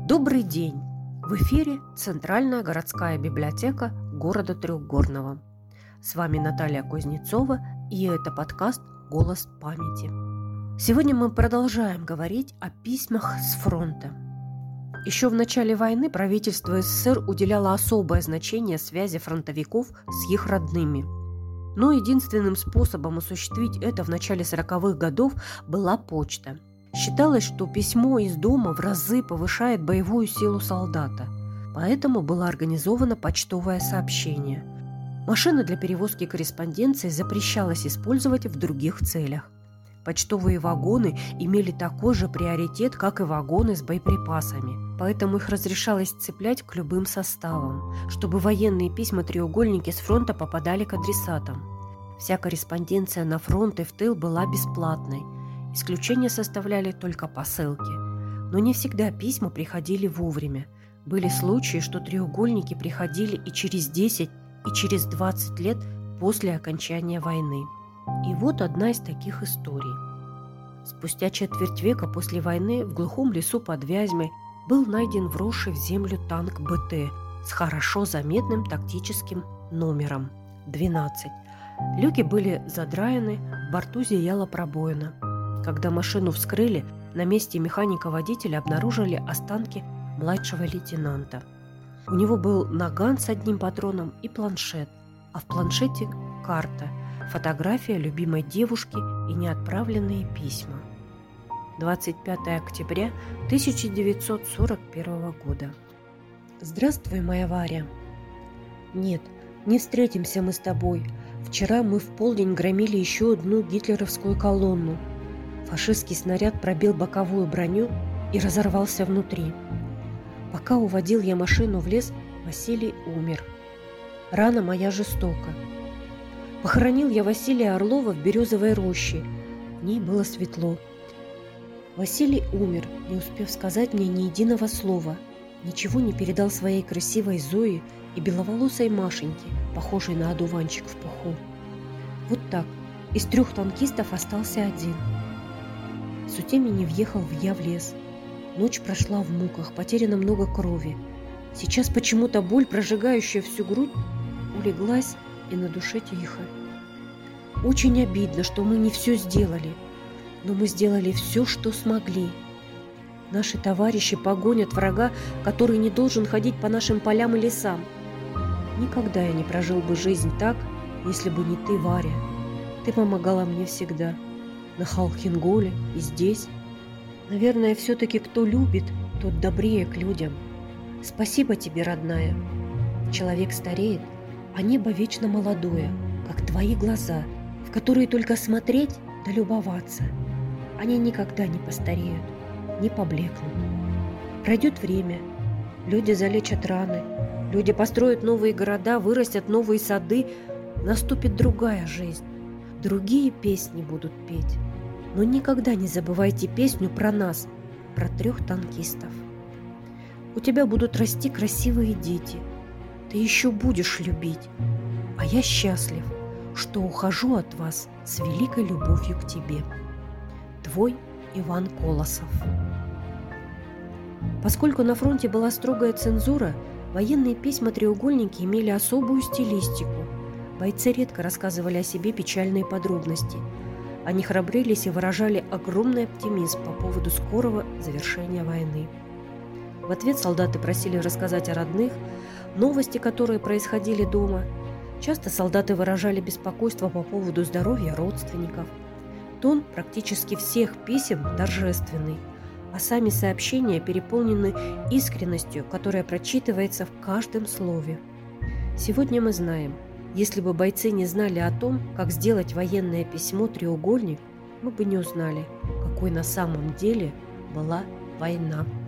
Добрый день! В эфире Центральная городская библиотека города Трехгорного. С вами Наталья Кузнецова, и это подкаст «Голос памяти». Сегодня мы продолжаем говорить о письмах с фронта. Еще в начале войны правительство СССР уделяло особое значение связи фронтовиков с их родными. Но единственным способом осуществить это в начале 40-х годов была почта. Считалось, что письмо из дома в разы повышает боевую силу солдата, поэтому было организовано почтовое сообщение. Машины для перевозки корреспонденции запрещалось использовать в других целях. Почтовые вагоны имели такой же приоритет, как и вагоны с боеприпасами, поэтому их разрешалось цеплять к любым составам, чтобы военные письма-треугольники с фронта попадали к адресатам. Вся корреспонденция на фронт и в тыл была бесплатной. Исключения составляли только посылки. Но не всегда письма приходили вовремя. Были случаи, что треугольники приходили и через 10, и через 20 лет после окончания войны. И вот одна из таких историй. Спустя четверть века после войны в глухом лесу под Вязьмой был найден вросший в землю танк БТ с хорошо заметным тактическим номером 12. Люки были задраены, в борту зияла пробоина. Когда машину вскрыли, на месте механика-водителя обнаружили останки младшего лейтенанта. У него был наган с одним патроном и планшет, а в планшете карта, фотография любимой девушки и неотправленные письма. 25 октября 1941 года. Здравствуй, моя Варя. Нет, не встретимся мы с тобой. Вчера мы в полдень громили еще одну гитлеровскую колонну. Фашистский снаряд пробил боковую броню и разорвался внутри. Пока уводил я машину в лес, Василий умер. Рана моя жестока. Похоронил я Василия Орлова в березовой роще. В ней было светло. Василий умер, не успев сказать мне ни единого слова. Ничего не передал своей красивой Зое и беловолосой Машеньке, похожей на одуванчик в пуху. Вот так. Из 3 танкистов остался один. Сутемени въехал в лес. Ночь прошла в муках, потеряно много крови. Сейчас почему-то боль, прожигающая всю грудь, улеглась, и на душе тихо. Очень обидно, что мы не все сделали, но мы сделали все, что смогли. Наши товарищи погонят врага, который не должен ходить по нашим полям и лесам. Никогда я не прожил бы жизнь так, если бы не ты, Варя. Ты помогала мне всегда. На Халхин-Голе и здесь. Наверное, все-таки кто любит, тот добрее к людям. Спасибо тебе, родная. Человек стареет, а небо вечно молодое, как твои глаза, в которые только смотреть да любоваться. Они никогда не постареют, не поблекнут. Пройдет время, люди залечат раны, люди построят новые города, вырастят новые сады, наступит другая жизнь. Другие песни будут петь. Но никогда не забывайте песню про нас, про 3 танкистов. У тебя будут расти красивые дети. Ты еще будешь любить. А я счастлив, что ухожу от вас с великой любовью к тебе. Твой Иван Колосов. Поскольку на фронте была строгая цензура, военные письма-треугольники имели особую стилистику. Бойцы редко рассказывали о себе печальные подробности. Они храбрились и выражали огромный оптимизм по поводу скорого завершения войны. В ответ солдаты просили рассказать о родных, новости, которые происходили дома. Часто солдаты выражали беспокойство по поводу здоровья родственников. Тон практически всех писем торжественный, а сами сообщения переполнены искренностью, которая прочитывается в каждом слове. Сегодня мы знаем, если бы бойцы не знали о том, как сделать военное письмо-треугольник, мы бы не узнали, какой на самом деле была война.